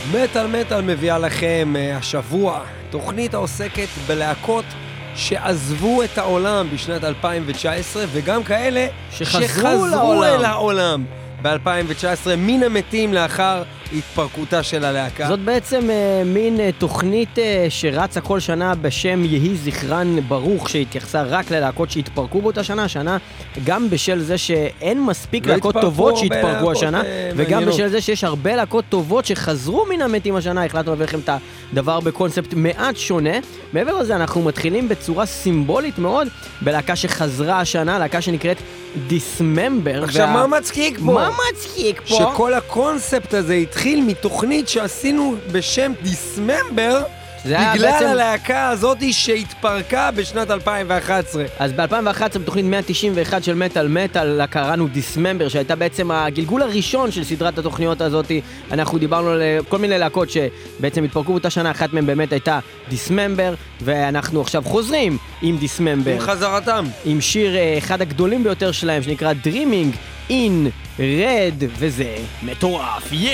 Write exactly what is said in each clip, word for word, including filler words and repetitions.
מטל מטל מביאה לכם השבוע תוכנית העוסקת בלהקות שעזבו את העולם בשנת אלפיים תשע עשרה, וגם כאלה שחזרו, שחזרו לעולם. אל העולם ב-אלפיים תשע עשרה, מן המתים לאחר התפרקותה של הלהקה. זאת בעצם אה, מין אה, תוכנית אה, שרצה כל שנה בשם יהי זכרן ברוך, שהתייחסה רק ללהקות שהתפרקו באותה שנה, שנה גם בשל זה שאין מספיק לא להקות התפרקו טובות הרבה שהתפרקו להקות, השנה, אה, וגם מעניינות. בשל זה שיש הרבה להקות טובות שחזרו מן המתים השנה. החלטנו להביא לכם את הדבר בקונספט מעט שונה. מעבר לזה אנחנו מתחילים בצורה סימבולית מאוד בלהקה שחזרה השנה, להקה שנקראת דיסממבר. עכשיו וה... מה מצחיק פה? מה מצחיק פה? שכל הקונספט הזה התחיל מתוכנית שעשינו בשם דיסממבר, בגלל בעצם... הלהקה הזאת שהתפרקה בשנת אלפיים ואחת עשרה. אז ב-אלפיים ואחת עשרה בתוכנית מאה תשעים ואחת של מטל מטל קראנו דיסממבר, שהייתה בעצם הגלגול הראשון של סדרת התוכניות הזאת. אנחנו דיברנו על כל מיני להקות שבעצם התפרקו באותה שנה, אחת מהן באמת הייתה דיסממבר, ואנחנו עכשיו חוזרים עם דיסממבר. עם חזרתם. עם שיר אחד הגדולים ביותר שלהם שנקרא Dreaming in Red, וזה מטורף, יא!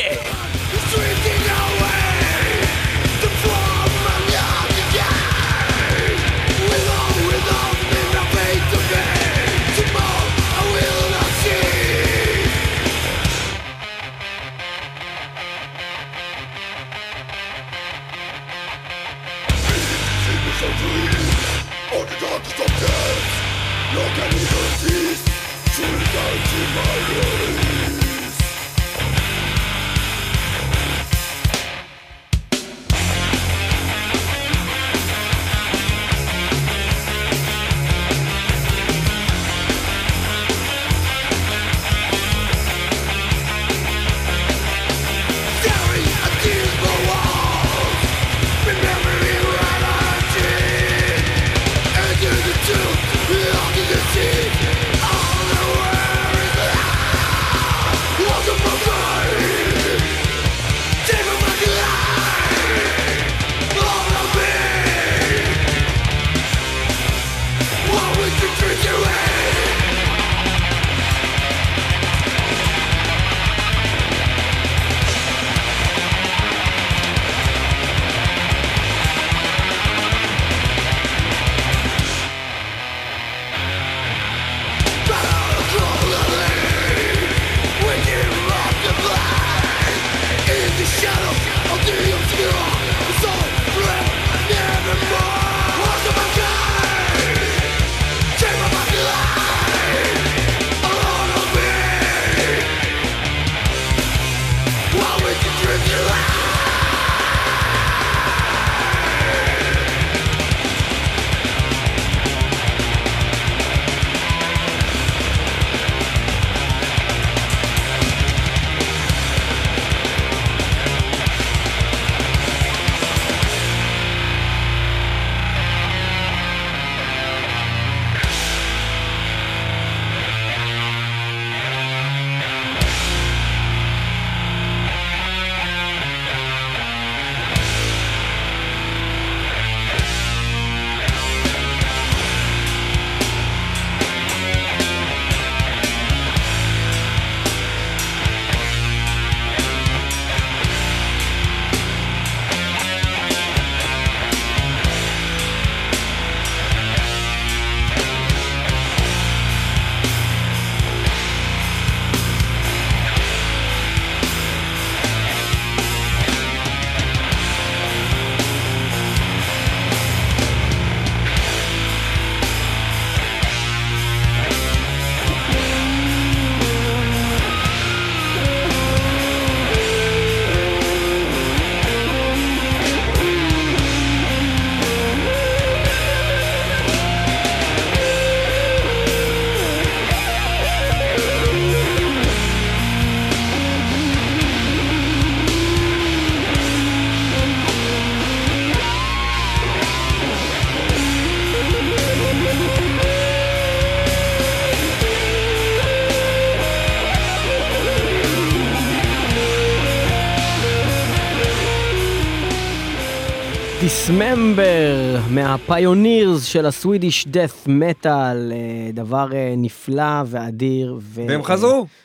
דיסממבר מהפיונירס של הסווידיש דף מטל, דבר נפלא ואדיר. והם חזרו.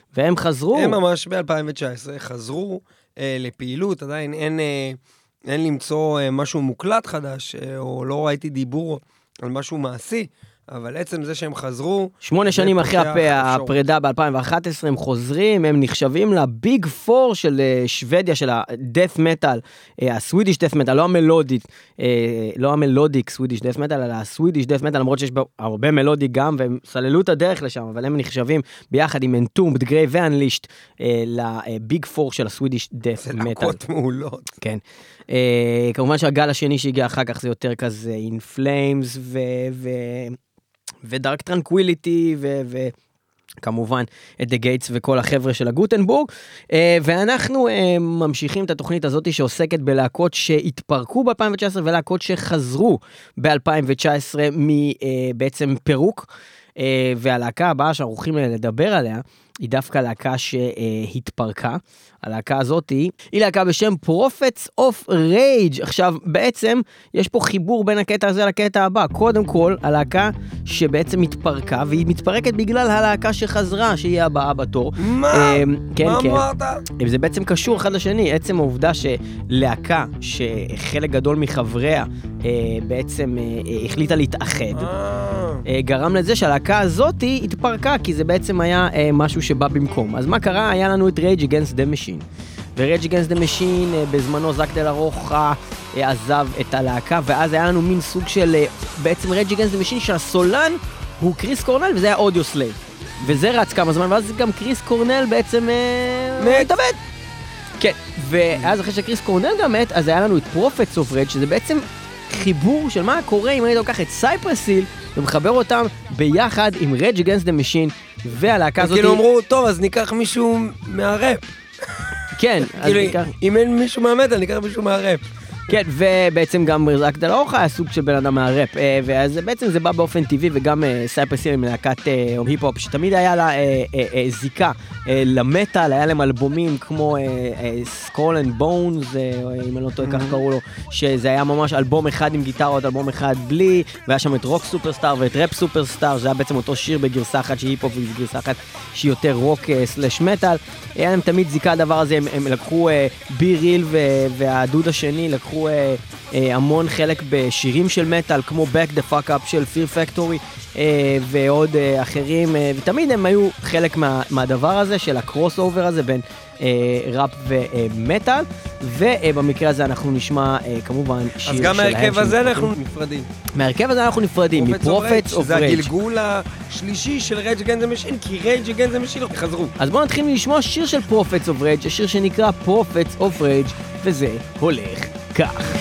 והם חזרו. הם ממש ב-אלפיים תשע עשרה חזרו אה, לפעילות, עדיין אין, אה, אין למצוא אה, משהו מוקלט חדש, אה, או לא ראיתי דיבור על משהו מעשי, אבל עצם זה שהם חזרו... שמונה שנים אחרי הפרידה ב-אלפיים ואחת עשרה הם חוזרים, הם נחשבים לביג פור של שוודיה, של ה-death metal, הסווידיש death metal, לא המלודית, לא המלודיק סווידיש death metal, אלא הסווידיש death metal, למרות שיש הרבה מלודי גם, והם סללו את הדרך לשם, אבל הם נחשבים ביחד עם Entombed, Grey ואנלישט, לביג פור של הסווידיש death metal. זה להקות מעולות. כן. כמובן שהגל השני שהגיע אחר כך זה יותר כזה In Flames ו... ודארק טרנקוויליטי, וכמובן את The Gates וכל החבר'ה של הגוטנבורג, ואנחנו ממשיכים את התוכנית הזאת שעוסקת בלהקות שהתפרקו ב-אלפיים תשע עשרה, ולהקות שחזרו ב-אלפיים תשע עשרה מבעצם פירוק, והלהקה הבאה שאנחנו הולכים לדבר עליה, היא דווקא להקה שהתפרקה. הלהקה הזאת היא להקה בשם Prophets of Rage. עכשיו, בעצם, יש פה חיבור בין הקטע הזה לקטע הבא. קודם כל, הלהקה שבעצם מתפרקה, והיא מתפרקת בגלל הלהקה שחזרה, שהיא הבאה בתור. מה? כן, מה כן. אמרת? זה בעצם קשור אחד לשני. עצם העובדה שלהקה, שחלק גדול מחבריה בעצם החליטה להתאחד, גרם לזה שהלהקה הזאת התפרקה, כי זה בעצם היה משהו שבא במקום. אז מה קרה? היה לנו את Rage Against the Machine. ו-Rage Against the Machine, בזמנו זק דה לה רוחה עזב את הלהקה, ואז היה לנו מין סוג של, בעצם Rage Against the Machine, שהסולן הוא קריס קורנל, וזה היה אודיו סלייב. וזה רץ כמה זמן, ואז גם קריס קורנל בעצם מתאבד. כן, ואז אחרי שקריס קורנל גם מת, אז היה לנו את Prophets of Rage, שזה בעצם חיבור של מה קורה אם אני לוקח את Cypress Hill, ומחבר אותם ביחד עם Rage Against the Machine, והלהקה הזאת... כאילו אמרו, טוב, אז ניקח מישהו מהראפ. כן, אז ניקח... אם אין מישהו מהמטל, ניקח מישהו מהראפ. כן, ובעצם גם זק דה לה רוחה היה סוג של בן אדם מהראפ, ואז בעצם זה בא באופן טבעי, וגם Cypress Hill עם להקת היפ-הופ, שתמיד היה לה זיקה למטל, היה להם אלבומים כמו Skull and Bones, אם אני לא טועה כך קראו לו, שזה היה ממש אלבום אחד עם גיטרות, אלבום אחד בלי, והיה שם את רוק סופרסטאר ואת ראפ סופרסטאר, זה היה בעצם אותו שיר בגרסה אחת שהיא היפ-הופ וגרסה אחת שהיא יותר רוק סלש מטל, היה להם תמיד זיקה הדבר הזה, הם לקחו בי ריל והדוד השני, לקחו אה, אה, המון חלק בשירים של מטל, כמו Back the Fuck Up של Fear Factory, אה, ועוד אה, אחרים, אה, ותמיד הם היו חלק מה, מהדבר הזה, של הקרוס אובר הזה בין אה, ראפ ומטל, ובמקרה הזה אנחנו נשמע אה, כמובן שיר שלהם. אז גם מהרכב הזה אנחנו נפרדים. מהרכב הזה אנחנו נפרדים, מ-Prophets of Rage. זה הגלגול השלישי של Rage Against the Machine, כי Rage Against the Machine חזרו. אז בואו נתחיל לשמוע שיר של Prophets of Rage, השיר שנקרא Prophets of Rage, וזה הולך כך.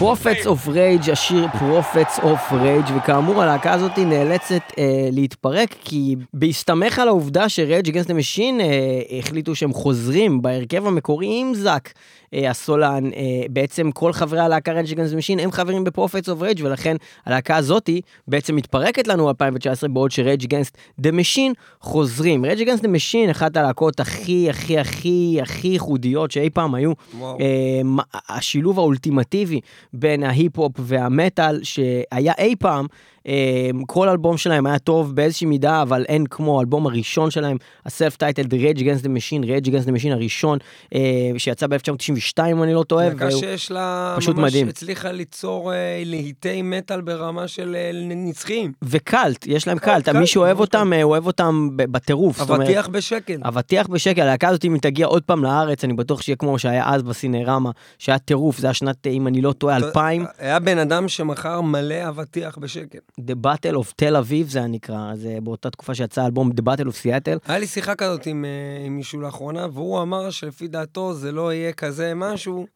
Prophets of Rage, השיר Prophets of Rage, וכאמור הלהקה הזאת נאלצת אה, להתפרק, כי בהסתמך על העובדה ש-Rage Against the Machine אה, החליטו שהם חוזרים בהרכב המקורי עם זק, אה, הסולן, אה, בעצם כל חברי הלהקה Rage Against the Machine הם חברים ב-Prophets of Rage, ולכן הלהקה הזאת בעצם מתפרקת לנו ב-אלפיים תשע עשרה, בעוד ש-Rage Against the Machine חוזרים. Rage Against the Machine, אחת הלהקות הכי, הכי, הכי, הכי ייחודיות שאי פעם היו, אה, השילוב האולטימטיבי בין ההיפ-הופ והמטל שהיה אי פעם, כל אלבום שלהם היה טוב באיזושהי מידה, אבל אין כמו האלבום הראשון שלהם, ה-self-titled Rage Against the Machine, Rage Against the Machine הראשון, שיצא ב-אלף תשע מאות תשעים ושתיים, אני לא טועה, להקה שיש לה ממש הצליחה ליצור להיטי מטל ברמה של נצחים. וקלט, יש להם קלט, מי שאוהב אותם, אוהב אותם בטירוף. אבטיח בשקל. אבטיח בשקל, הלהקה הזאת אם היא תגיע עוד פעם לארץ, אני בטוח שיהיה כמו שהיה אז בסינרמה, שהיה טירוף, זה היה שנת, אם אני לא טועה, אלפיים. היה בן אדם שמכר מלא אבטיח בשקל. The Battle of Tel Aviv זה נקרא, זה באותה תקופה שיצא אלבום The Battle of Seattle. היה לי שיחה כזאת עם, עם מישהו לאחרונה, והוא אמר שלפי דעתו זה לא יהיה כזה משהו,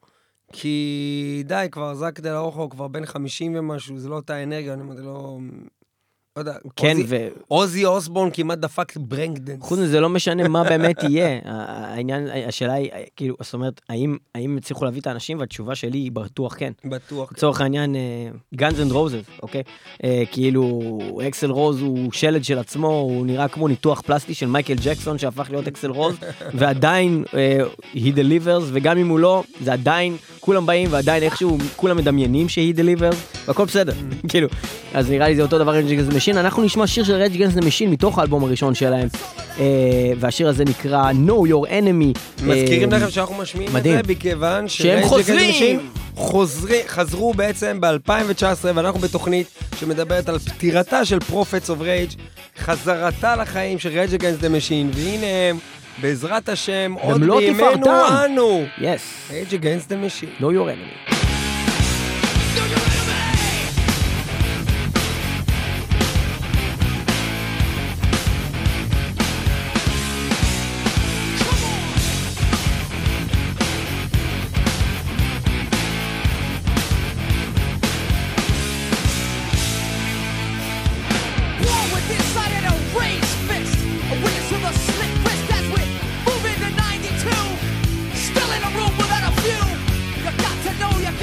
כי די, כבר זק דה לאוכל, הוא כבר בן חמישים ומשהו, זה לא אותה אנרגיה, אני אומר, זה לא... לא יודע, כן, אוזי, ו... אוזי אוסבורן כמעט דפק ברנקדנס. חוץ מזה, לא משנה מה באמת יהיה. העניין, השאלה היא, כאילו, זאת אומרת, האם, האם הצליחו להביא את האנשים, והתשובה שלי היא בטוח כן. בטוח. לצורך העניין, גאנז אנד רוזס, אוקיי? כאילו, אקסל רוז הוא שלד של עצמו, הוא נראה כמו ניתוח פלסטי של מייקל ג'קסון, שהפך להיות אקסל רוז, ועדיין, he delivers, וגם אם הוא לא, זה עדיין, כולם באים, ועדיין איכשהו, כולם מדמיינים ש-he delivers, והכל בסדר, כאילו. אז נראה לי זה אותו דבר Rage Against the Machine. אנחנו נשמע שיר של Rage Against the Machine מתוך האלבום הראשון שלהם, והשיר הזה נקרא Know Your Enemy. מזכירים לכם שאנחנו משמיעים את זה בכיוון שהם חוזרים חזרו בעצם ב-אלפיים תשע עשרה, ואנחנו בתוכנית שמדברת על פטירתה של Prophets of Rage, חזרתה לחיים של Rage Against the Machine, והנה הם בעזרת השם עוד בימינו אנו. Yes. Rage Against the Machine. Know Your Enemy. Still in a room without a view. You got to know you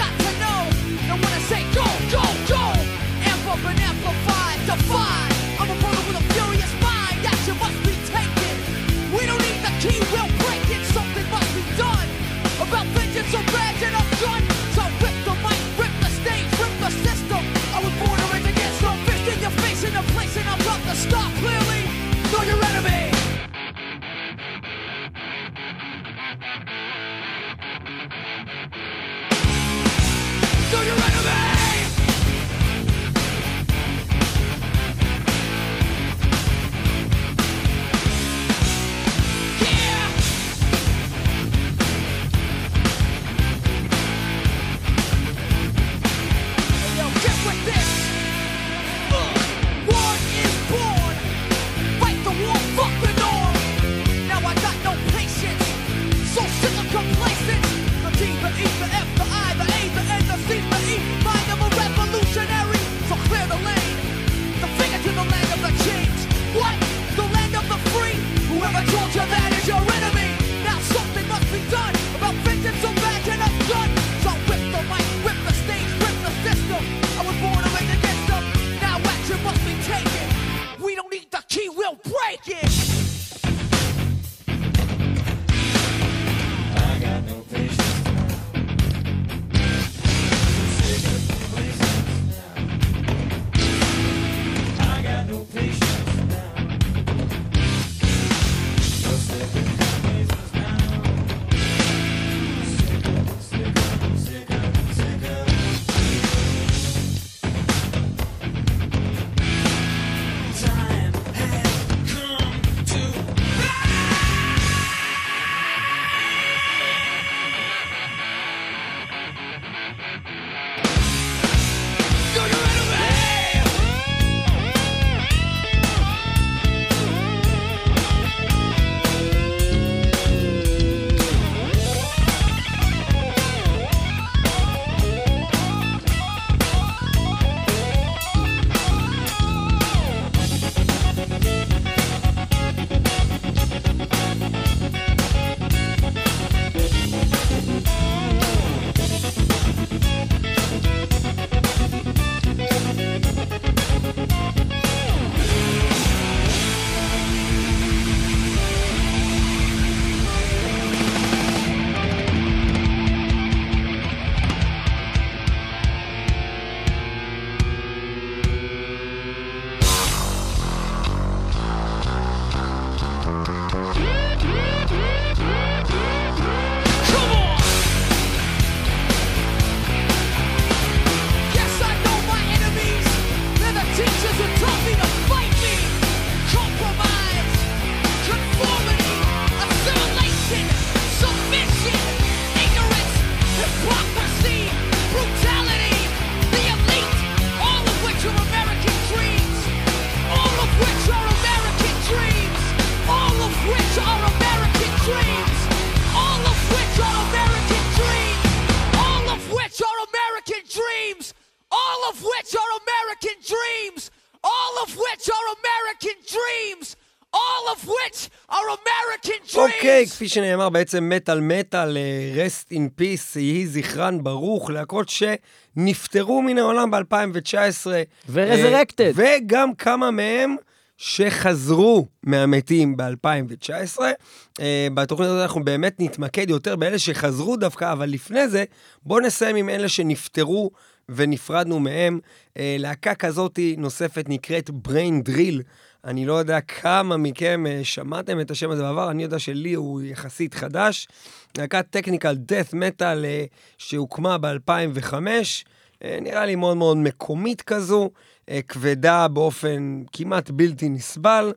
all of which are American dreams. All of which are American dreams. אוקיי, כפי שנאמר בעצם מטל מטל, rest in peace, יהי זכרן ברוך, להקות שנפטרו מן העולם ב-אלפיים תשע עשרה. ו-resurrected. וגם כמה מהם שחזרו מהמתים ב-אלפיים תשע עשרה. בתוכנית הזאת אנחנו באמת נתמקד יותר באלה שחזרו דווקא, אבל לפני זה בואו נסיים עם אלה שנפטרו ונפרדנו מהם. להקה כזאת נוספת נקראת Brain Drill. אני לא יודע כמה מכם שמעתם את השם הזה בעבר, אני יודע שלי הוא יחסית חדש. להקת טכניקל דאת' מטל שהוקמה ב-אלפיים וחמש, נראה לי מאוד מאוד מקומית כזו, כבדה באופן כמעט בלתי נסבל,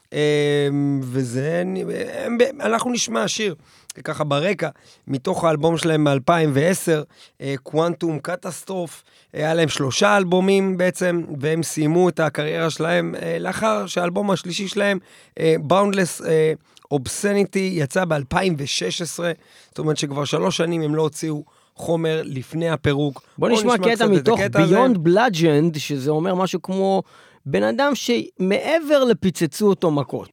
וזה, אנחנו נשמע שיר ככה ברקע, מתוך האלבום שלהם ב-אלפיים ועשר, קוואנטום קטסטרוף. היה להם שלושה אלבומים בעצם, והם סיימו את הקריירה שלהם לאחר שהאלבום השלישי שלהם, Boundless Obscenity, יצא ב-אלפיים ושש עשרה, זאת אומרת שכבר שלוש שנים הם לא הוציאו חומר לפני הפירוק. בוא נשמע קטע מתוך Beyond Bludgeoned, שזה אומר משהו כמו בן אדם שמעבר לפיצצו אותו מכות.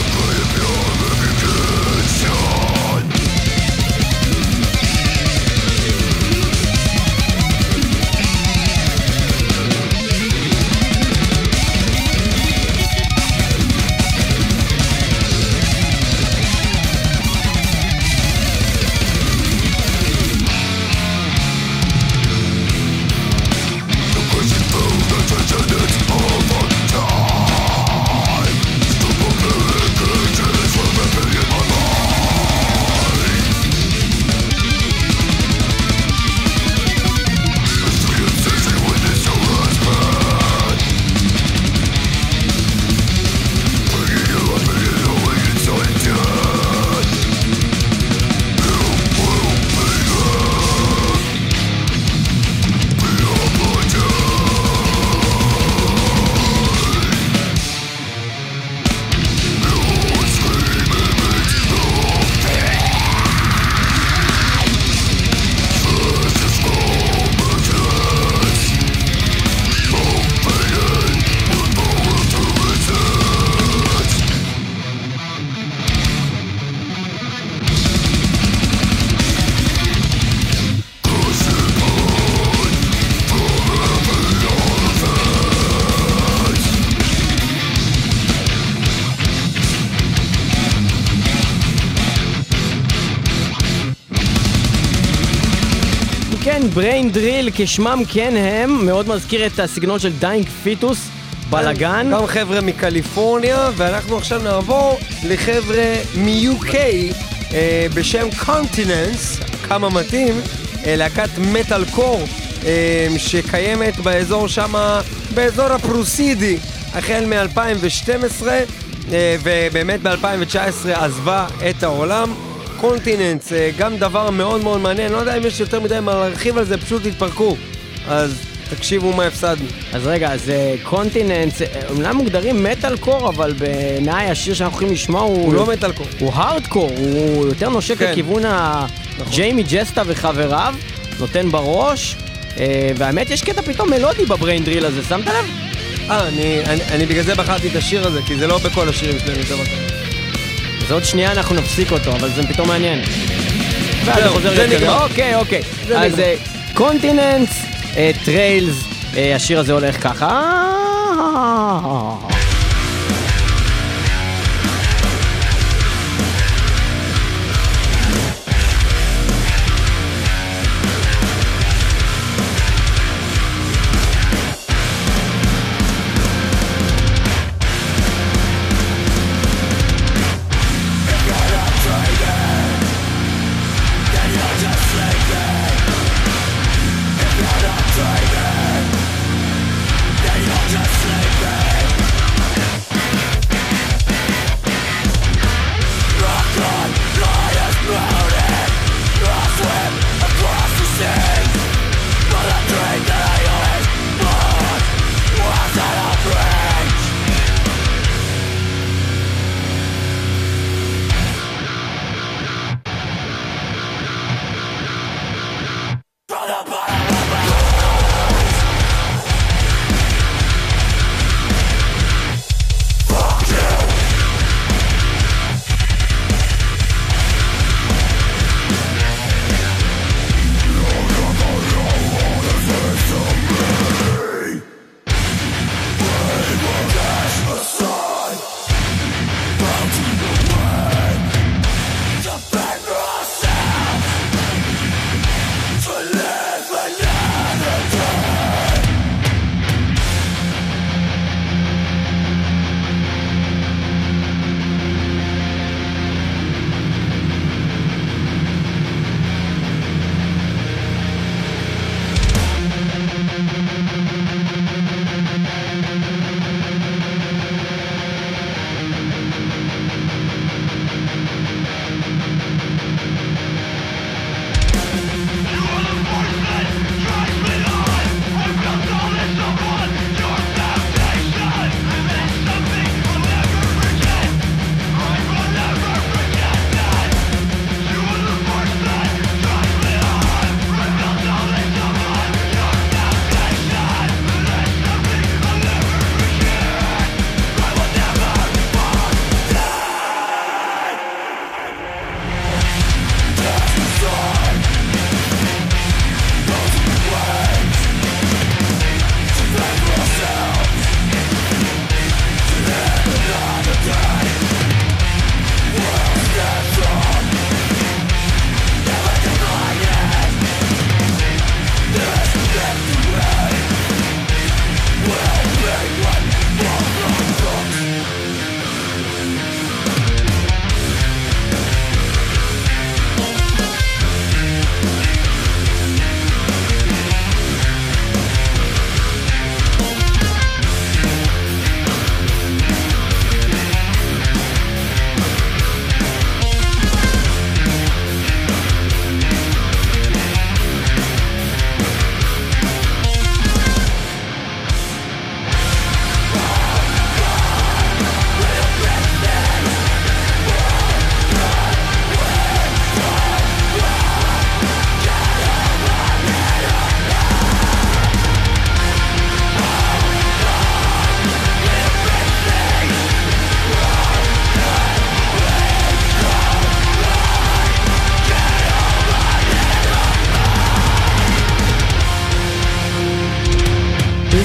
בריין דריל, כשמם כן הם, מאוד מזכיר את הסגנון של דיינג פיטוס, בלגן. גם חבר'ה מקליפורניה, ואנחנו עכשיו נעבור לחבר'ה מ-יו קיי אה, בשם קונטיננס, כמה מתאים, אה, להקת מטל קור, אה, שקיימת באזור שמה, באזור הפרוסידי, החל מ-אלפיים ושתים עשרה, אה, ובאמת ב-אלפיים תשע עשרה עזבה את העולם. קונטיננס, גם דבר מאוד מאוד מעניין, לא יודע אם יש יותר מדי מה להרחיב על זה, פשוט התפרקו, אז תקשיבו מה הפסדנו. אז רגע, אז קונטיננס, אומנם מוגדרים מטל קור, אבל בעיניי השיר שאנחנו יכולים לשמוע הוא... הוא לא מטל קור. הוא הארד קור, הוא יותר נושק כן. לכיוון הג'יימי ג'סטה וחבריו, נותן בראש, והאמת יש קטע פתאום מלודי בבריין דריל הזה, שמת לב? אה, אני, אני, אני בגלל זה בחרתי את השיר הזה, כי זה לא בכל השירים שלהם יותר בטח. אז עוד שנייה אנחנו נפסיק אותו, אבל זה פתאום מעניין. זהו, זה נגמר. אוקיי, אוקיי. אז קונטיננס, טריילס, השיר הזה הולך ככה.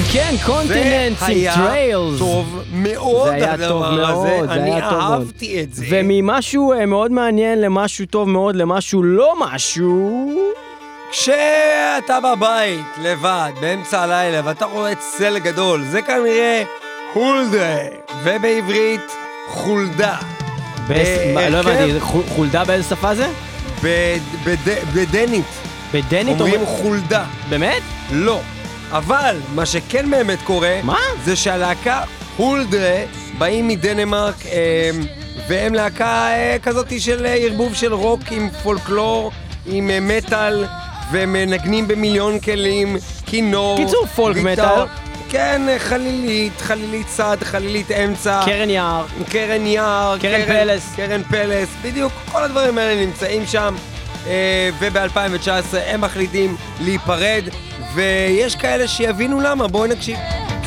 כן, קונטיננטס עם טריילס. זה היה טוב מאוד, זה היה טוב מאוד, זה אני היה טוב מאוד. אהבתי את זה. וממשהו מאוד מעניין למשהו טוב מאוד, למשהו לא משהו... כשאתה בבית, לבד, באמצע הלילה, ואתה רואה צל גדול, זה כנראה חולדה, ובעברית חולדה. לא הבנתי, חולדה באיזה שפה זה? בדנית. בדנית אומרים חולדה. באמת? לא. אבל מה שכן באמת קורה, מה? זה שהלהקה הולדה באים מדנמרק, והם להקה כזאת של ערבוב של רוק עם פולקלור, עם מטל, והם מנגנים במיליון כלים, כינור, קיצור פולק מטל. כן, חלילית, חלילית צד, חלילית אמצע. קרן יער. קרן יער. קרן פלס. קרן פלס, בדיוק, כל הדברים האלה נמצאים שם. וב-אלפיים תשע עשרה הם מחליטים להיפרד, ויש כאלה שיבינו למה, בואו נקשיב.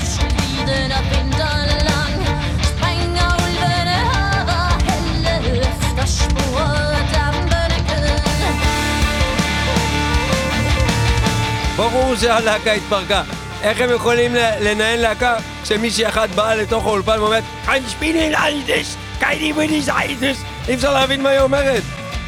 ברור שהלהקה התפרקה. איך הם יכולים לנהל להקה כשמישהי אחת באה לתוך האולפן ואומרת אני שפיני לאידש, קייני בניש אידש, אי אפשר להבין מה היא אומרת.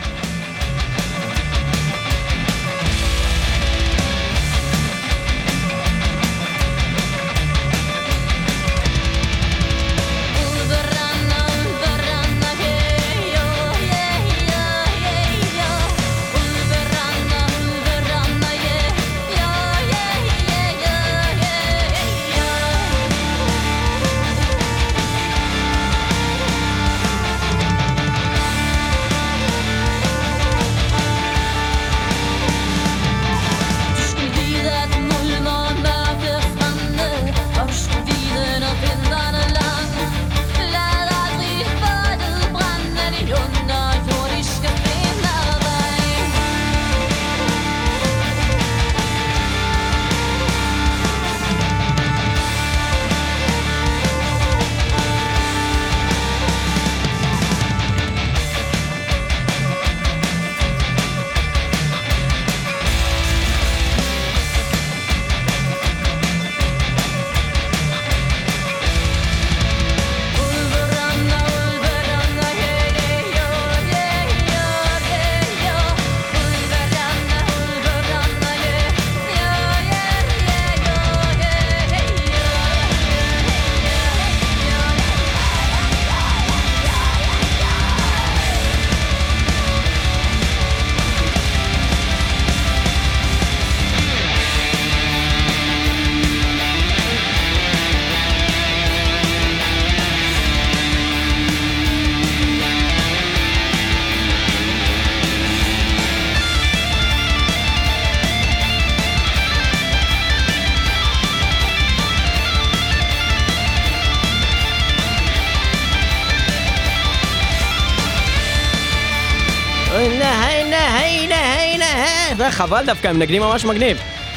חבל דווקא, הם נגנים ממש מגניב.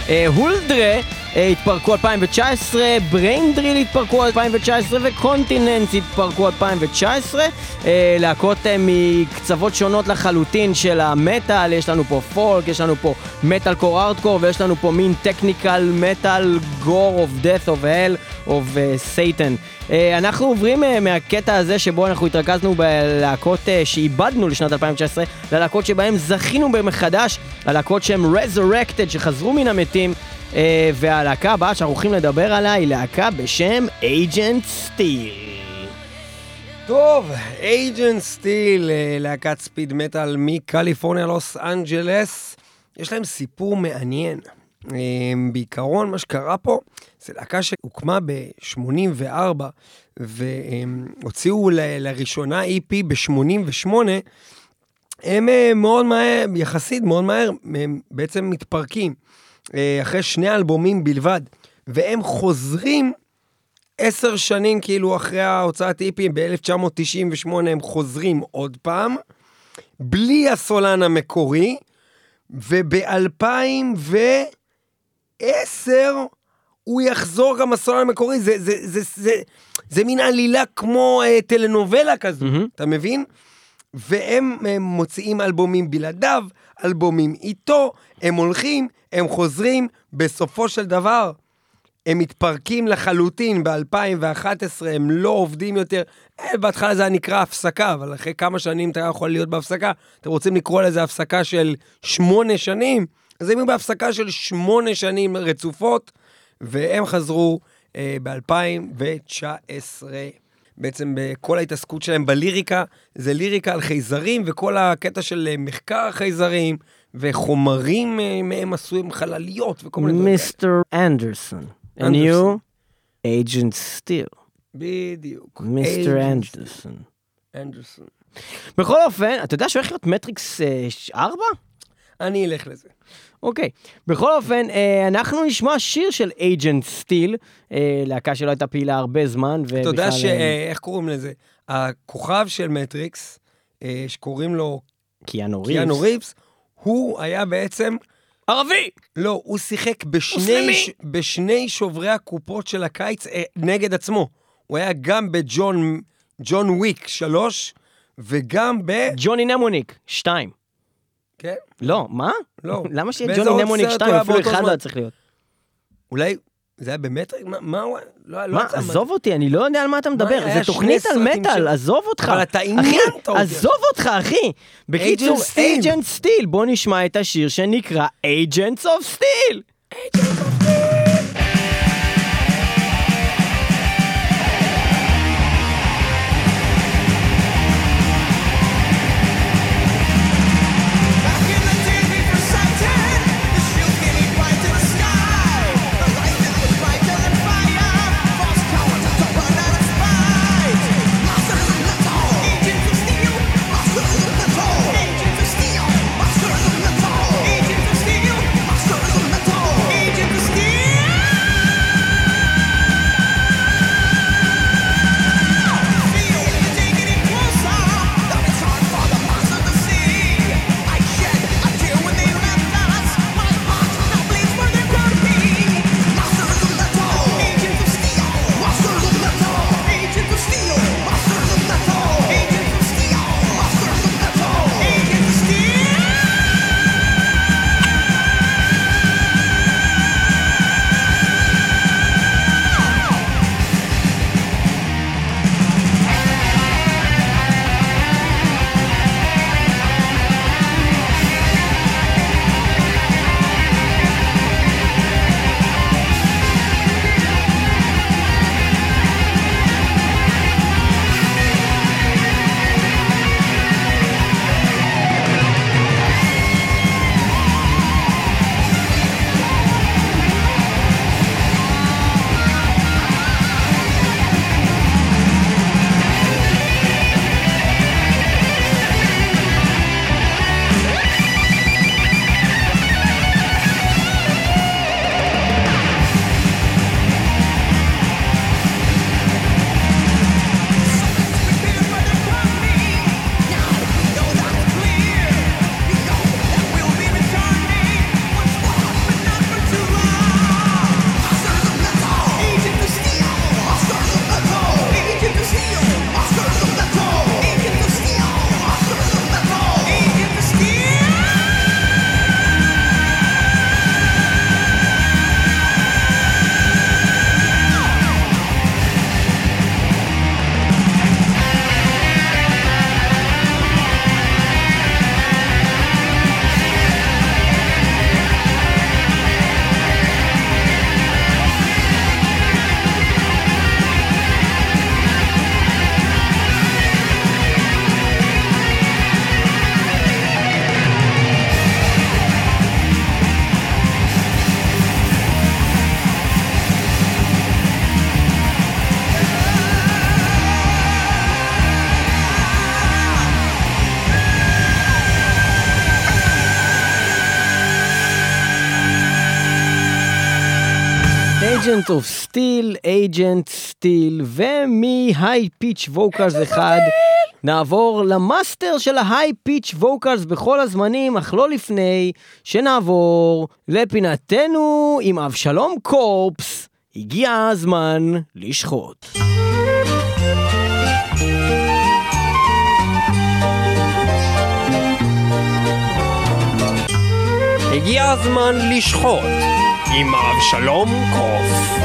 הולדרה התפרקו אלפיים תשע עשרה, בריינדריל התפרקו אלפיים תשע עשרה וקונטיננטס התפרקו אלפיים תשע עשרה. להקות מקצוות שונות לחלוטין של המטל, יש לנו פה פולק, יש לנו פה מטל קור ארטקור, ויש לנו פה מין טכניקל מטל גור אוף דאט אוף הל אוף סייטן. אנחנו עוברים מהקטע הזה שבו אנחנו התרכזנו בלהקות שאיבדנו לשנת אלפיים תשע עשרה ללהקות שבהם זכינו במחדש, הלהקות שהן resurrected, שחזרו מן המתים. והלהקה הבאה שאנחנו הולכים לדבר עליה היא להקה בשם Agent Steel. טוב, Agent Steel, להקת ספיד מטל מקליפורניה, לוס אנג'לס. יש להם סיפור מעניין. בעיקרון מה שקרה פה זה להקה שהוקמה ב-שמונים וארבע והוציאו לראשונה אי פי ב-שמונים ושמונה. הם מאוד מהר, יחסית מאוד מהר, הם בעצם מתפרקים אחרי שני אלבומים בלבד, והם חוזרים עשר שנים כאילו אחרי ההוצאת אי פי, ב-אלף תשע מאות תשעים ושמונה הם חוזרים עוד פעם, בלי הסולן המקורי, וב-אלפיים ועשר הוא יחזור גם הסולן המקורי, זה, זה, זה, זה, זה, זה מין עלילה כמו uh, טלנובלה כזו, mm-hmm. אתה מבין? והם הם מוציאים אלבומים בלעדיו, אלבומים איתו, הם הולכים, הם חוזרים, בסופו של דבר, הם מתפרקים לחלוטין ב-אלפיים ואחת עשרה, הם לא עובדים יותר, בהתחלה זה היה נקרא הפסקה, אבל אחרי כמה שנים אתה יכול להיות בהפסקה, אתם רוצים לקרוא לזה הפסקה של שמונה שנים, אז הם היו בהפסקה של שמונה שנים רצופות, והם חזרו אה, ב-אלפיים תשע עשרה. בעצם בכל ההתעסקות שלהם בליריקה, זה ליריקה על חייזרים, וכל הקטע של מחקר חייזרים, וחומרים מהם עשויים חלליות, וכל מיני דברים. מיסטר אנדרסון. And you, Agent Steele. בדיוק. מיסטר אנדרסון. אנדרסון. בכל אופן, אתה יודע שהולך להיות מטריקס ארבע? אני אלך לזה. אוקיי. בכל אופן, אנחנו נשמע שיר של Agent Steele, להקה שלא הייתה פעילה הרבה זמן. אתה יודע שאיך קוראים לזה? הכוכב של מטריקס, שקוראים לו קיאנו ריבס. קיאנו ריבס, הוא היה בעצם... ערבי! לא, הוא שיחק בשני, ש... בשני שוברי הקופות של הקיץ אה, נגד עצמו. הוא היה גם בג'ון ג'ון וויק שלוש, וגם ב... ג'וני נמוניק, שתיים. כן? לא, מה? לא. למה שיהיה ג'וני נמוניק שתיים? אפילו אחד לא צריך להיות. אולי... זה היה במטריק? מה, מה הוא... לא, מה, לא עזוב אותי, אני לא יודע על מה אתה מדבר. זה תוכנית על מטל, של... עזוב אותך. אבל אתה עניינת אותי. עזוב אותך, אחי. בקיצור, Agent Steele. בוא נשמע את השיר שנקרא Agents of Steel. Agents of Steel. Agent of Steel, Agent Steel, ומ-High Pitch Vocals אחד נעבור למאסטר של ה-High Pitch Vocals בכל הזמנים, אך לא לפני שנעבור לפינתנו עם אבשלום קורפס. הגיע הזמן לשחוט. הגיע הזמן לשחוט עם אבשלום קוף.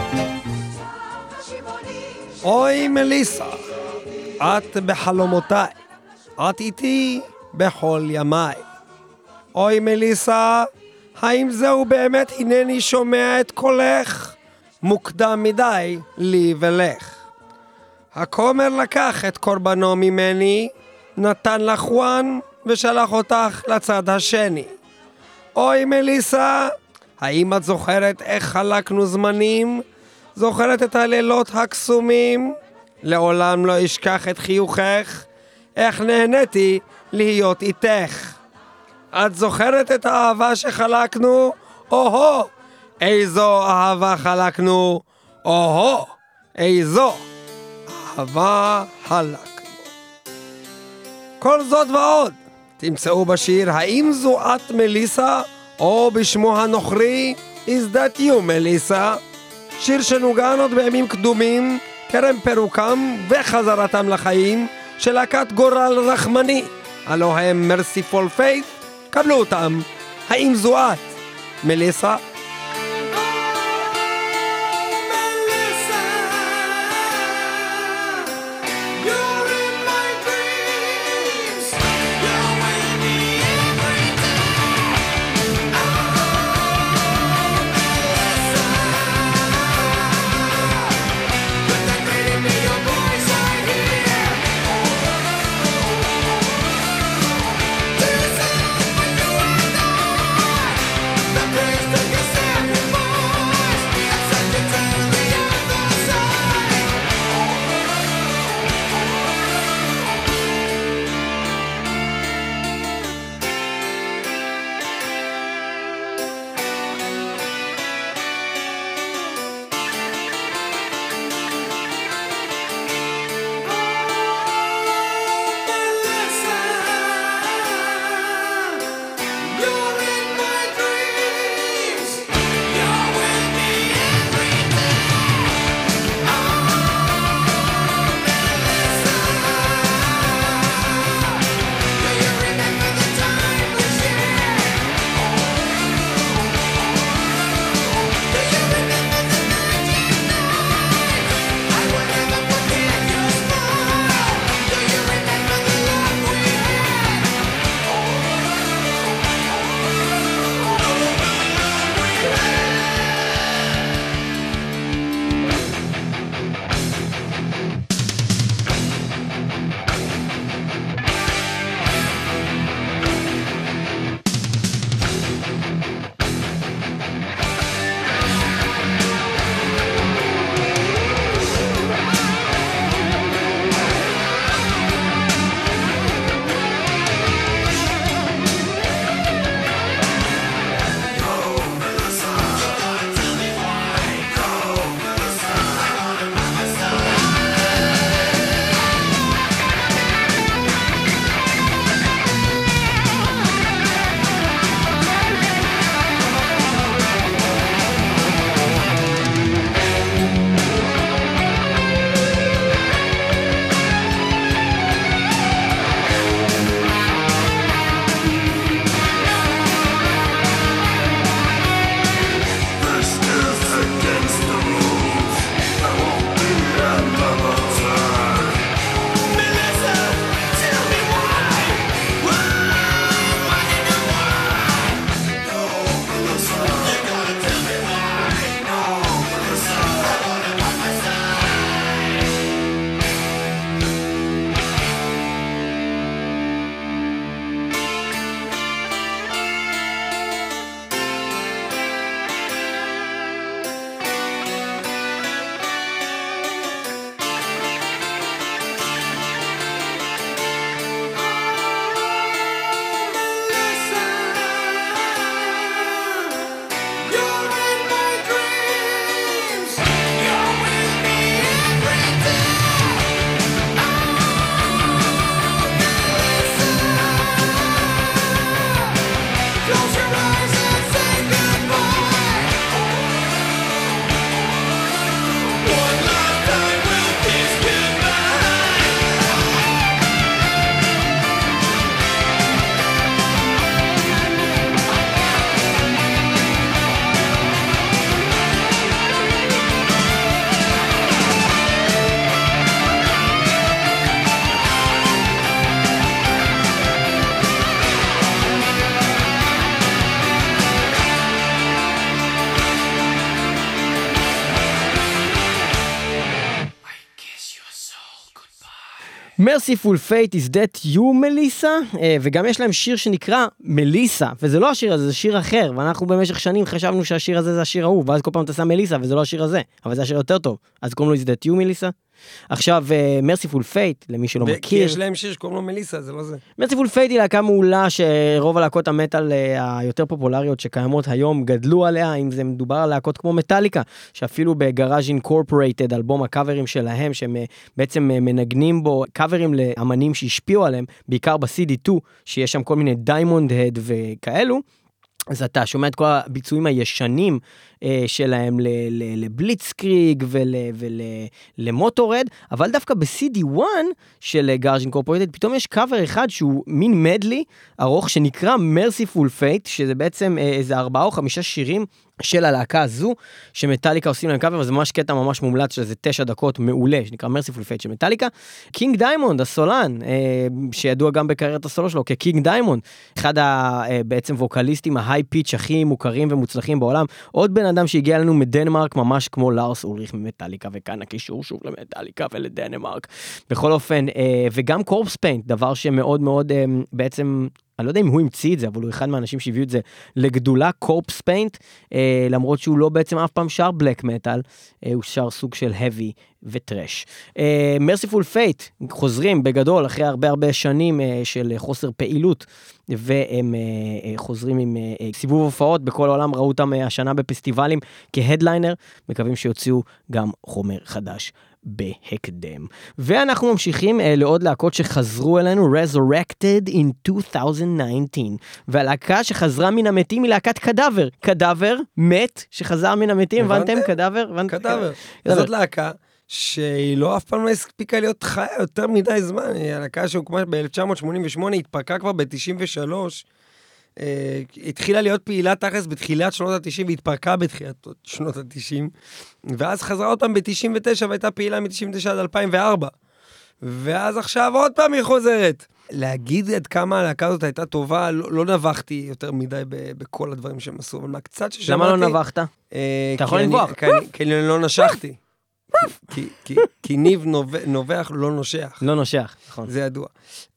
אוי מליסה, את בחלומותיי, את איתי בכל ימיי. אוי מליסה, האם זהו באמת הנני שומע את קולך? מוקדם מדי לי ולך. הכומר לקח את קורבנו ממני, נתן לך וואן ושלח אותך לצד השני. אוי מליסה, האם את זוכרת איך חלקנו זמנים? זוכרת את הלילות הקסומים? לעולם לא אשכח את חיוכך, איך נהניתי להיות איתך. את זוכרת את האהבה שחלקנו? או-הו, איזו אהבה חלקנו. או-הו, איזו אהבה חלקנו. כל זאת ועוד תמצאו בשיר האם זו את מליסה, או בשמו הנוכרי Is that you מליסה, שיר שנוגן עוד בימים קדומים טרם פירוקם וחזרתם לחיים של להקת גורל רחמני, הלא הם Merciful Faith. קבלו אותם, האם זו את מליסה? Praise the Merciful Fate is that you, מליסה, וגם יש להם שיר שנקרא מליסה, וזה לא השיר הזה, זה שיר אחר, ואנחנו במשך שנים חשבנו שהשיר הזה זה השיר ההוא, ואז כל פעם אתה שם מליסה, וזה לא השיר הזה, אבל זה השיר יותר טוב, אז קוראים לו is that you, מליסה. עכשיו, Merciful Fate, למי שלא מכיר. כי יש להם שיר שקוראים לו מליסה, זה לא זה. Merciful Fate היא להקה מעולה שרוב הלהקות המטל היותר פופולריות שקיימות היום גדלו עליה, אם זה מדובר על להקות כמו מטליקה, שאפילו בגראז' אינקורפורייטד, אלבום הקאברים שלהם, שהם בעצם מנגנים בו קאברים לאמנים שהשפיעו עליהם, בעיקר ב-סי די טו, שיש שם כל מיני דיימונד הד וכאלו, אז אתה שומע את כל הביצועים הישנים אה, שלהם לבליצקריג ולמוטורד, אבל דווקא ב-סי די וואן של גארג' אינקורפורייטד, פתאום יש קאבר אחד שהוא מין מדלי ארוך שנקרא Merciful Fate, שזה בעצם אה, איזה ארבעה או חמישה שירים של הלהקה הזו, שמטליקה עושים להם קאבר, וזה ממש קטע ממש מומלץ, שזה תשע דקות מעולה, שנקרא Merciful Fate של מטליקה. קינג דיימונד, הסולן, אה, שידוע גם בקריירת הסולו שלו, כקינג דיימונד, אחד ה, אה, בעצם ווקליסטים ההיי פיץ' הכי מוכרים ומוצלחים בעולם, עוד בן אדם שהגיע לנו מדנמרק, ממש כמו לארס אולריך ממטליקה, וכאן הקישור שוב למטליקה ולדנמרק. בכל אופן, אה, וגם קורפס פיינט, דבר שמאוד מאוד אה, בעצם, אני לא יודע אם הוא המציא את זה, אבל הוא אחד מהאנשים שהביאו את זה לגדולה, קורפס פיינט, אה, למרות שהוא לא בעצם אף פעם שר בלק מטל, אה, הוא שר סוג של heavy וטרש. אה, Merciful Fate, חוזרים בגדול, אחרי הרבה הרבה שנים אה, של חוסר פעילות, והם אה, אה, חוזרים עם אה, סיבוב הופעות, בכל העולם ראו אותם אה, השנה בפסטיבלים כהדליינר, מקווים שיוציאו גם חומר חדש בהקדם. ואנחנו ממשיכים אה, לעוד להקות שחזרו אלינו, Resurrected in two thousand nineteen, והלהקה שחזרה מן המתים היא להקת קדאבר. קדאבר, מת, שחזר מן המתים, הבנתם? קדאבר? קדאבר. זאת להקה שהיא לא אף פעם לא הספיקה להיות חיה יותר מדי זמן. היא הלהקה שהוקמה ב-אלף תשע מאות שמונים ושמונה, התפרקה כבר ב-תשעים ושלוש, Uh, התחילה להיות פעילה תכלס בתחילת שנות ה-תשעים, והתפרקה בתחילת שנות ה-תשעים, ואז חזרה עוד פעם ב-תשעים ותשע, והייתה פעילה מ-תשעים ותשע עד אלפיים וארבע, ואז עכשיו עוד פעם היא חוזרת. להגיד עד כמה הלהקה הזאת הייתה טובה, לא, לא נבחתי יותר מדי ב- בכל הדברים שהם עשו, אבל מהקצת ששמעתי... למה לא נבחת? Uh, אתה יכול לנבוח. כי אני, כי אני לא נשכתי. כי, כי, כי ניב נובח, נובח לא נושך. לא נושך, נכון. זה ידוע.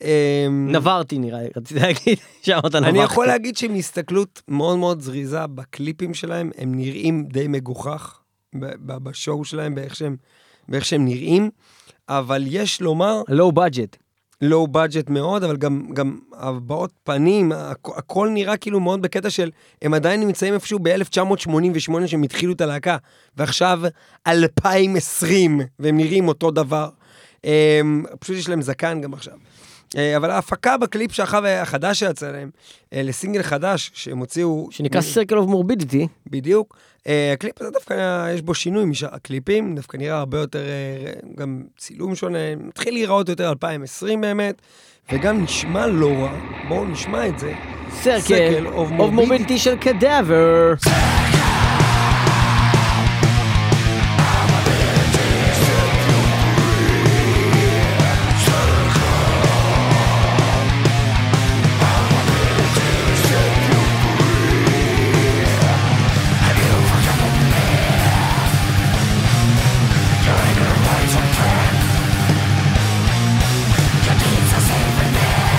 נברתי נראה, רציתי להגיד שאמרת נבחת. אני יכול להגיד שהם הסתכלות מאוד מאוד זריזה בקליפים שלהם, הם נראים די מגוחך בשואו שלהם, באיך שהם, באיך שהם נראים, אבל יש לומר... לואו בדג'ט. לואו בדג'ט מאוד, אבל גם, גם הבעות פנים, הכ- הכל נראה כאילו מאוד בקטע של, הם עדיין נמצאים איפשהו ב-אלף תשע מאות שמונים ושמונה שהם התחילו את הלהקה, ועכשיו אלפיים ועשרים, והם נראים אותו דבר. הם, פשוט יש להם זקן גם עכשיו. אבל ההפקה בקליפ שאחר החדש שיצא להם, לסינגל חדש שהם הוציאו... שנקרא Circle of Morbidity. בדיוק. הקליפ הזה דווקא יש בו שינוי משאר הקליפים, דווקא נראה הרבה יותר, גם צילום שונה, מתחיל להיראות יותר אלפיים ועשרים באמת, וגם נשמע לא רע, בואו נשמע את זה. Circle of Morbidity של קדאבר.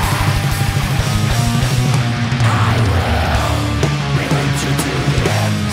I will relate you to the end.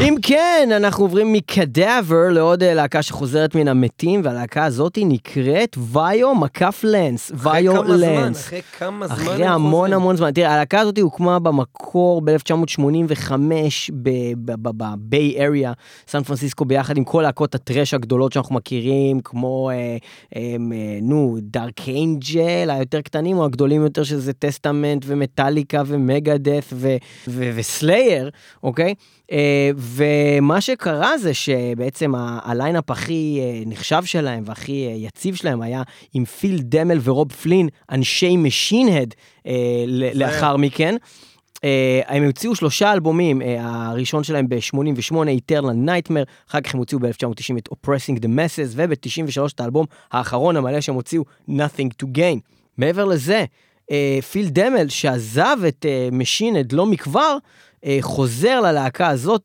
אם כן, אנחנו עוברים מקדאבר לעוד להקה שחוזרת מן המתים, והלהקה הזאת נקראת ויו מקף לנס. ויו לנס. אחרי כמה זמן? אחרי המון המון זמן. תראה, הלהקה הזאת הוקמה במקור ב-אלף תשע מאות שמונים וחמש בביי אריה, סן פרנסיסקו, ביחד עם כל להקות הטרש הגדולות שאנחנו מכירים, כמו, אה, אה, נו, דארק אנג'ל, היותר קטנים או הגדולים יותר, שזה טסטמנט ומטליקה ומגדף ו- ו- וסלייר, אוקיי? ומה שקרה זה שבעצם הליינאפ הכי נחשב שלהם והכי יציב שלהם היה עם פיל דמל ורוב פלין, אנשי משין-הד לאחר מכן. הם הוציאו שלושה אלבומים, הראשון שלהם ב-שמונים ושמונה, Eternal Nightmare, אחר כך הם הוציאו ב-אלף תשע מאות תשעים את Oppressing the Masses, וב-תשעים ושלוש את האלבום האחרון המלא שהם הוציאו Nothing to Gain. מעבר לזה, פיל דמל שעזב את משין-הד לא מכבר, חוזר ללהקה הזאת,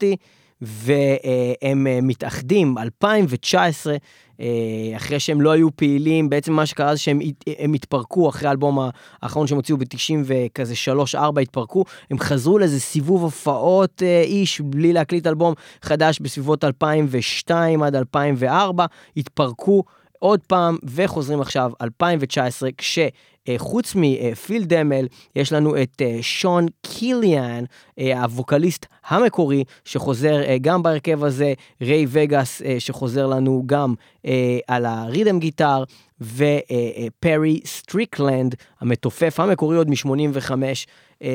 והם מתאחדים אלפיים תשע עשרה, אחרי שהם לא היו פעילים, בעצם מה שקרה זה שהם הם התפרקו, אחרי האלבום האחרון שהם הוציאו ב-תשעים ושלוש ארבע התפרקו, הם חזרו לאיזה סיבוב הופעות איש, בלי להקליט אלבום חדש בסביבות אלפיים ושתיים עד אלפיים וארבע, התפרקו עוד פעם, וחוזרים עכשיו אלפיים תשע עשרה, כשחוץ מפיל דמל, יש לנו את שון קיליאן, הווקליסט המקורי, שחוזר גם בהרכב הזה, ריי וגאס, שחוזר לנו גם על הרידם גיטר, ופרי סטריקלנד, המתופף המקורי עוד מ-שמונים וחמש,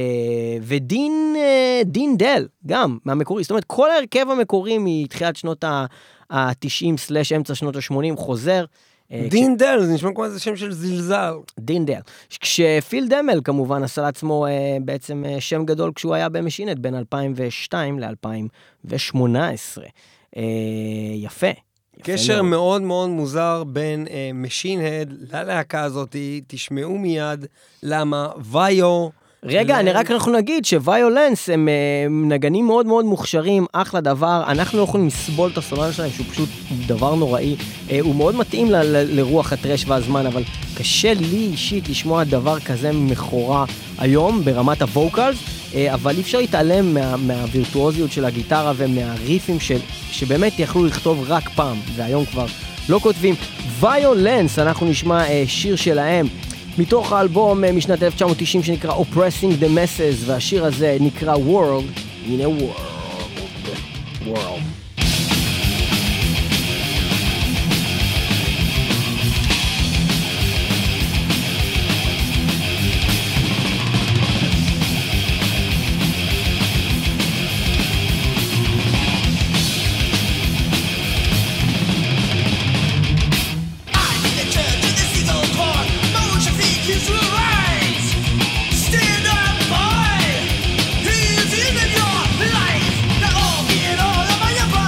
ודין דין דל, גם מהמקורי, זאת אומרת, כל ההרכב המקורי מתחילת שנות ה-תשעים סלש אמצע שנות ה-שמונים חוזר. דין דל, זה נשמע כמו איזה שם של זלזל. דין דל. כשפיל דמל כמובן עשה לעצמו בעצם שם גדול כשהוא היה במשין-הד בין אלפיים ושתיים ל-אלפיים ושמונה עשרה. יפה. קשר מאוד מאוד מוזר בין משין-הד ללהקה הזאת, תשמעו מיד למה ויו... רגע, אני רק אנחנו נגיד שוויולנס הם נגנים מאוד מאוד מוכשרים, אחלה דבר, אנחנו לא יכולים לסבול את הסולן שלהם, שהוא פשוט דבר נוראי, הוא מאוד מתאים ל- ל- לרוח הטרש והזמן, אבל קשה לי אישית לשמוע דבר כזה מכורה היום ברמת הווקלס, אבל אי אפשר להתעלם מה, מהווירטואוזיות של הגיטרה ומהריפים של, שבאמת יכלו לכתוב רק פעם, והיום כבר לא כותבים. ויולנס, אנחנו נשמע שיר שלהם, מתוך האלבום משנת אלף תשע מאות תשעים שנקרא Oppressing the Masses, והשיר הזה נקרא World in a World. World. Stand up, boy. He's in your life. Now all get all of my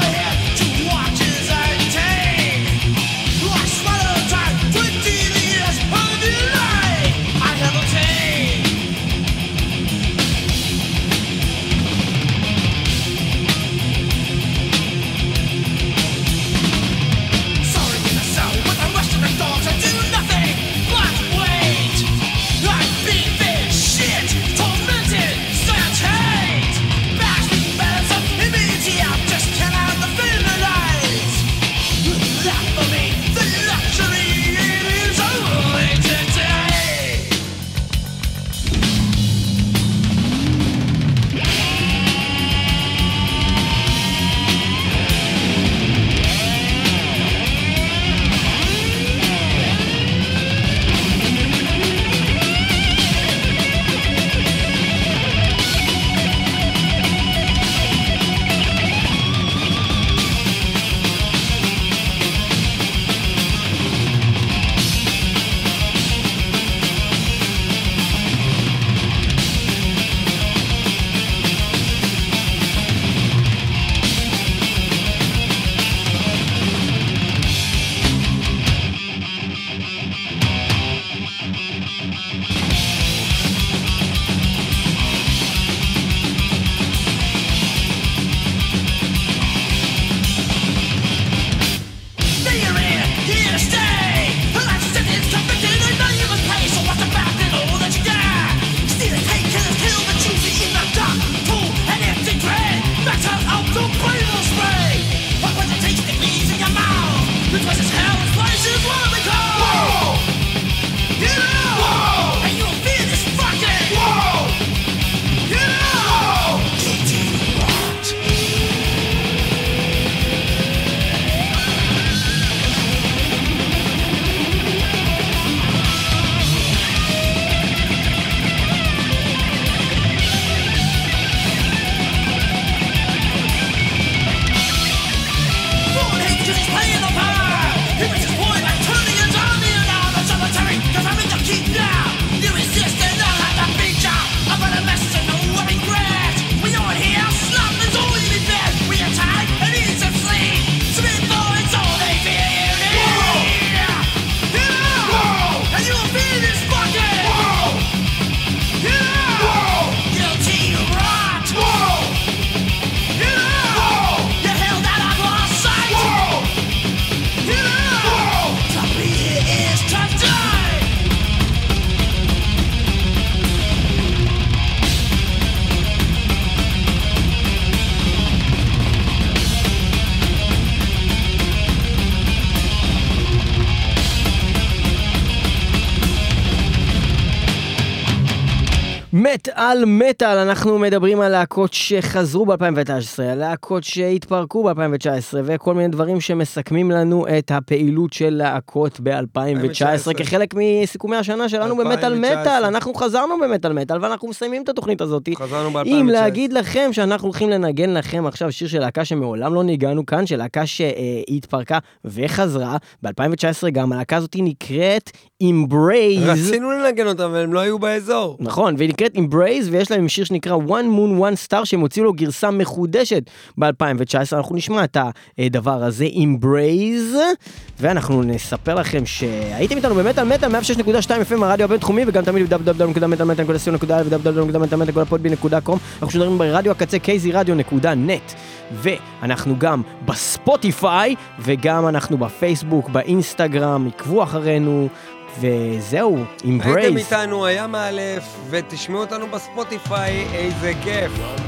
מטל מטל, אנחנו מדברים על להקות שחזרו ב-אלפיים תשע עשרה, על להקות שהתפרקו ב-אלפיים תשע עשרה, וכל מיני דברים שמסכמים לנו את הפעילות של להקות ב-אלפיים תשע עשרה, כחלק מסיכומי השנה שלנו במטל מטל. אנחנו חזרנו במטל מטל, ואנחנו מסיימים את התוכנית הזאת. חזרנו ב-אלפיים תשע עשרה. אם להגיד לכם שאנחנו הולכים לנגן לכם עכשיו שיר של להקה שמעולם לא ניגענו כאן, של להקה שהתפרקה וחזרה, ב-אלפיים תשע עשרה גם הלהקה הזאת נקראת Embrace. רצינו לנגן אותם, אבל הם לא היו באזור. נכון, והיא נקראת Embrace, ויש להם שיר שנקרא One Moon One Star, שהם הוציאו לו גרסה מחודשת ב-אלפיים תשע עשרה. אנחנו נשמע את הדבר הזה, Embrace, ואנחנו נספר לכם שהייתם איתנו במטל מטל, מאה ושש נקודה שתיים אף אם הרדיו הבינתחומי, וגם תמיד דאבליו דאבליו דאבליו נקודה מטל מטל נקודה סי או נקודה איי ודאבליו דאבליו דאבליו נקודה מטל מטל נקודה פודבין נקודה קום. אנחנו שודרים ברדיו הקצה קייזי רדיו נקודה נט, ואנחנו גם בספוטיפיי, וגם אנחנו בפייסבוק, באינסטגרם, עקבו אחרינו, וזהו, Embrace. הייתם איתנו, היה מאלף, ותשמעו אותנו בספוטיפיי, איזה כיף.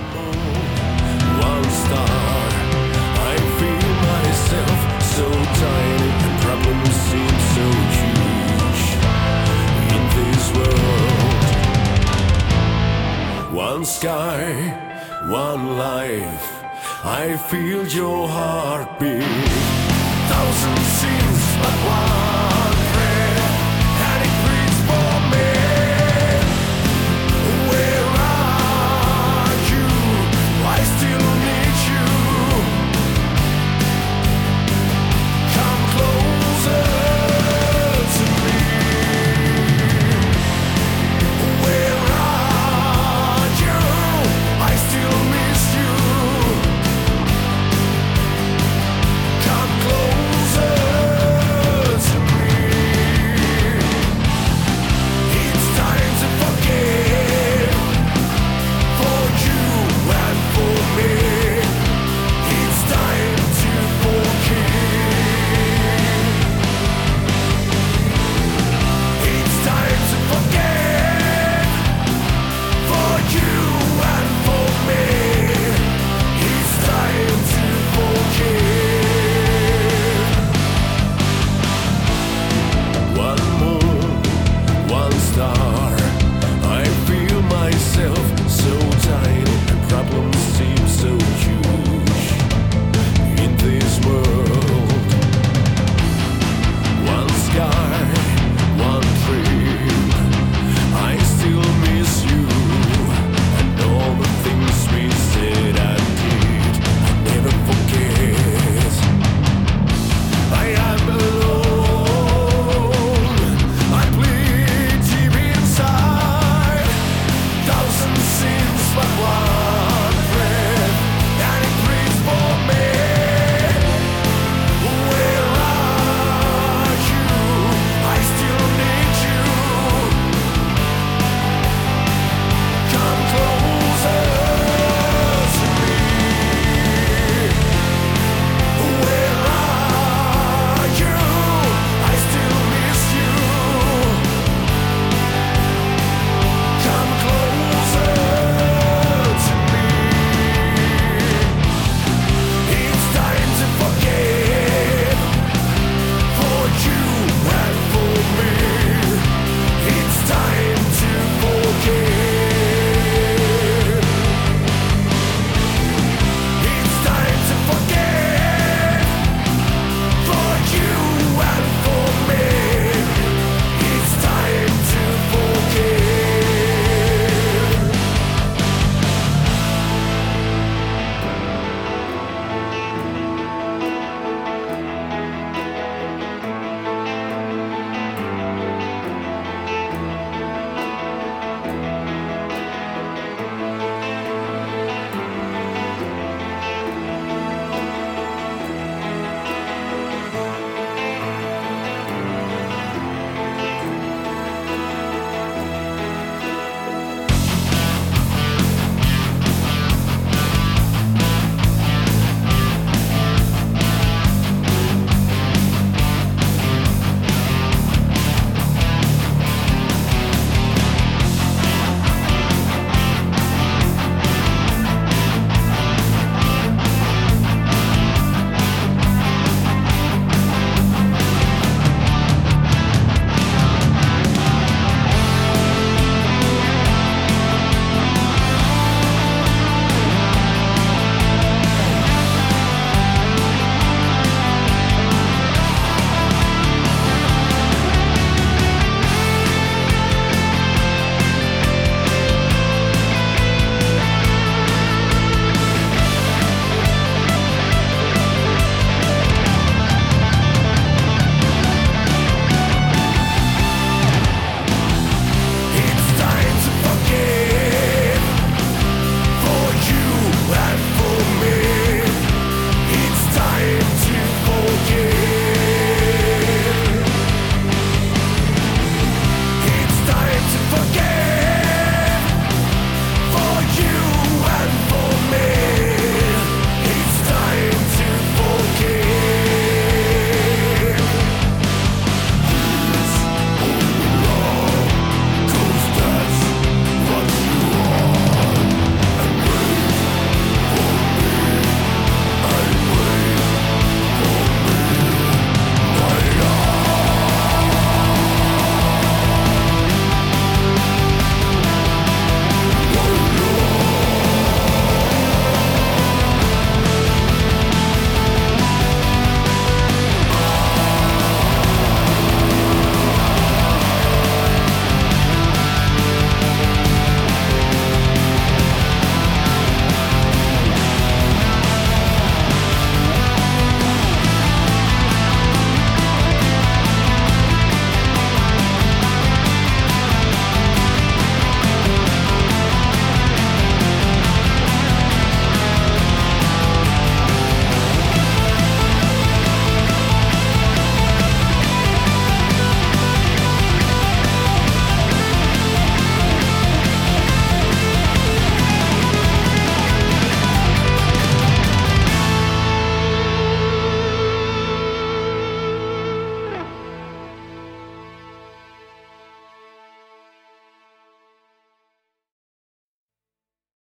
One star, I feel myself so tiny, and problems seem so huge in this world. One sky, one life, I feel your heartbeat. Thousand scenes, but one.